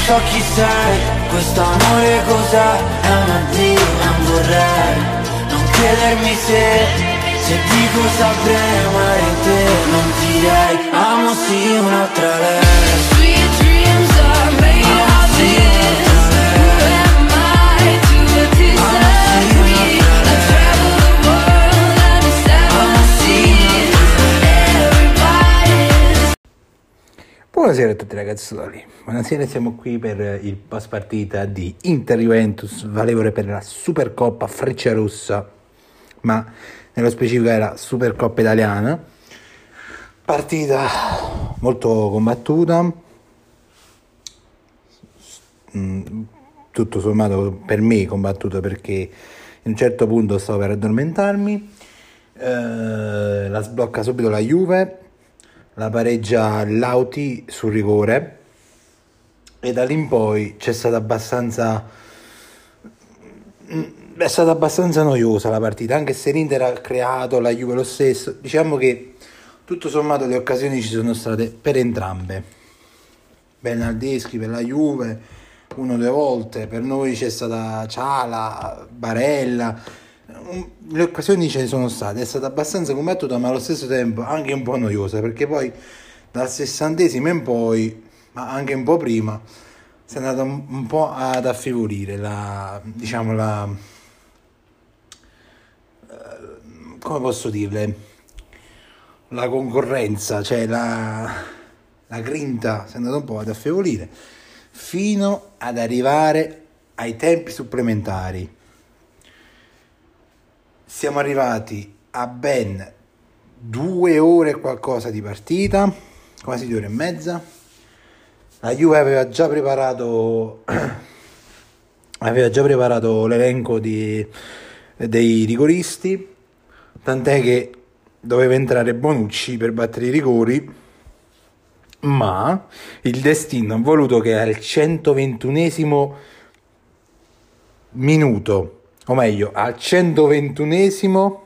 so chi sei, questo amore cos'è? È un addio, è un vorrei. Non credermi se dico saprei amare te. Non direi amo sì un'altra lei. Sweet dreams are made of this. Who am I to disagree? I travel the world and the seven seas. Everybody's. Buonasera a tutti ragazzuoli, buonasera, siamo qui per il post partita di Inter-Juventus, valevole per la Supercoppa Frecciarossa, ma nello specifico è la Supercoppa italiana. Partita molto combattuta, tutto sommato per me combattuta, perché in un certo punto stavo per addormentarmi, la sblocca subito la Juve, la pareggia Lauti sul rigore e da lì in poi è stata abbastanza noiosa la partita, anche se l'Inter ha creato, la Juve lo stesso. Diciamo che tutto sommato le occasioni ci sono state per entrambe. Bernardeschi per la Juve 1-2 volte, per noi c'è stata Ciala, Barella, le occasioni ce ne sono state, è stata abbastanza combattuta ma allo stesso tempo anche un po' noiosa, perché poi dal 60° in poi, ma anche un po' prima, si è andata un po' ad affievolire come posso dirle, la concorrenza, cioè la grinta si è andata un po' ad affievolire fino ad arrivare ai tempi supplementari. Siamo arrivati a ben 2 ore e qualcosa di partita, quasi 2 ore e mezza. La Juve aveva già preparato l'elenco dei rigoristi, tant'è che doveva entrare Bonucci per battere i rigori, ma il destino ha voluto che al 121° minuto, o meglio al 121°,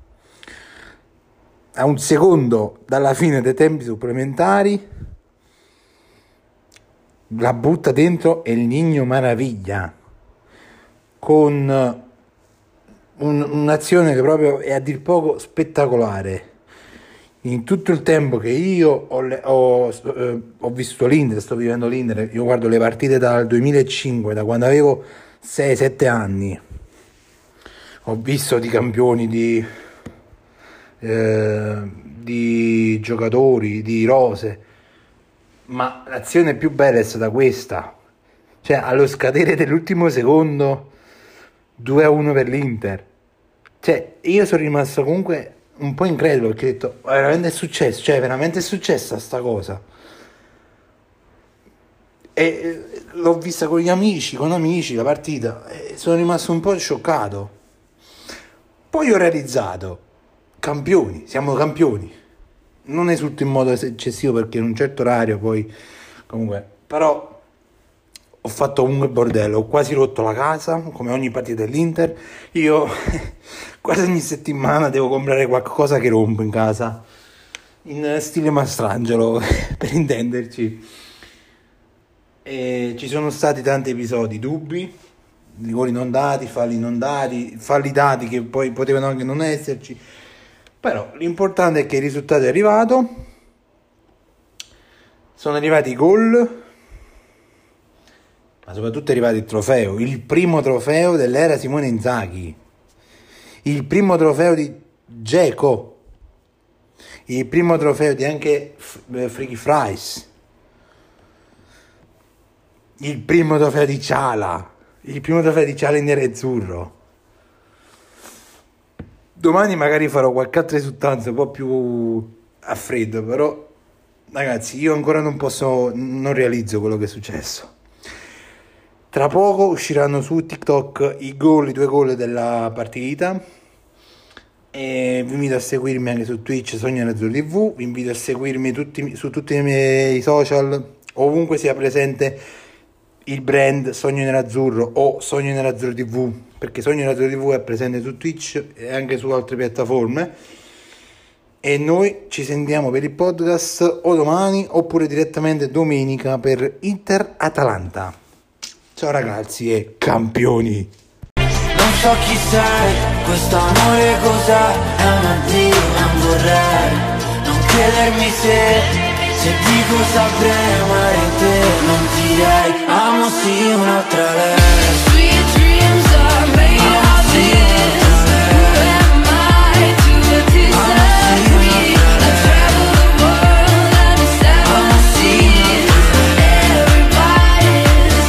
a un secondo dalla fine dei tempi supplementari, la butta dentro El Niño Maraviglia con un'azione che proprio è a dir poco spettacolare. In tutto il tempo che io ho visto l'Inter, sto vivendo l'Inter, io guardo le partite dal 2005, da quando avevo 6-7 anni, ho visto di campioni, di giocatori, di rose, ma l'azione più bella è stata questa, cioè allo scadere dell'ultimo secondo 2-1 per l'Inter. Cioè io sono rimasto comunque un po' incredulo, perché ho detto veramente è successo, cioè veramente è successa sta cosa, e l'ho vista con amici la partita, e sono rimasto un po' scioccato. Poi ho realizzato, campioni, siamo campioni. Non esulto in modo eccessivo perché in un certo orario poi comunque, però ho fatto comunque bordello, ho quasi rotto la casa come ogni partita dell'Inter. Io quasi ogni settimana devo comprare qualcosa che rompo in casa, in stile Mastrangelo per intenderci. E ci sono stati tanti episodi dubbi, rigori non dati, falli dati che poi potevano anche non esserci, però l'importante è che il risultato è arrivato, sono arrivati i gol, ma soprattutto è arrivato il primo trofeo dell'era Simone Inzaghi, il primo trofeo di Dzeko, il primo trofeo di anche Freaky Fries, il primo trofeo di Ciala, il primo trofeo di Ciala in nero e azzurro. Domani magari farò qualche altra esultanza un po' più a freddo, però ragazzi io ancora non realizzo quello che è successo. Tra poco usciranno su TikTok i 2 gol della partita, e vi invito a seguirmi anche su Twitch Sogno Nerazzurro TV, vi invito a seguirmi su tutti i miei social, ovunque sia presente il brand Sogno Nerazzurro o Sogno Nerazzurro TV, perché Sogno Nerazzurro TV è presente su Twitch e anche su altre piattaforme. E noi ci sentiamo per il podcast o domani oppure direttamente domenica per Inter-Atalanta. Ciao ragazzi e campioni! Non so chi sei, questo amore cos'è, è un addio, è un vorrei. Non chiedermi se dico saprei amare te, non direi.